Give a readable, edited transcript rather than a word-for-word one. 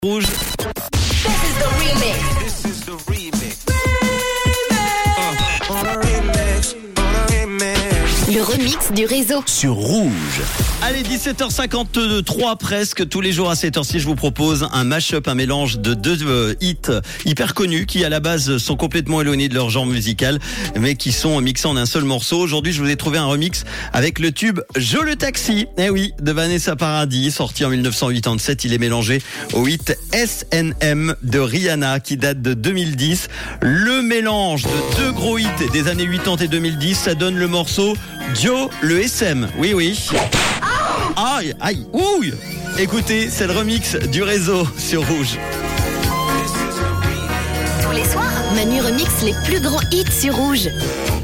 Rouge. Le remix du réseau Sur Rouge. Allez, 17h53 presque, tous les jours à cette heure-ci, je vous propose un mash-up, un mélange de deux hits hyper connus qui à la base sont complètement éloignés de leur genre musical, mais qui sont mixés en un seul morceau. Aujourd'hui, je vous ai trouvé un remix avec le tube Jo le taxi. Eh oui, de Vanessa Paradis, sorti en 1987, il est mélangé au hit SNM de Rihanna qui date de 2010. Le mélange de deux gros hits des années 80 et 2010, ça donne le morceau Jo le SM. Oui, oui. Aïe, aïe, ouille. Écoutez, c'est le remix du réseau sur Rouge. tous les soirs. Manu remix les plus grands hits sur Rouge.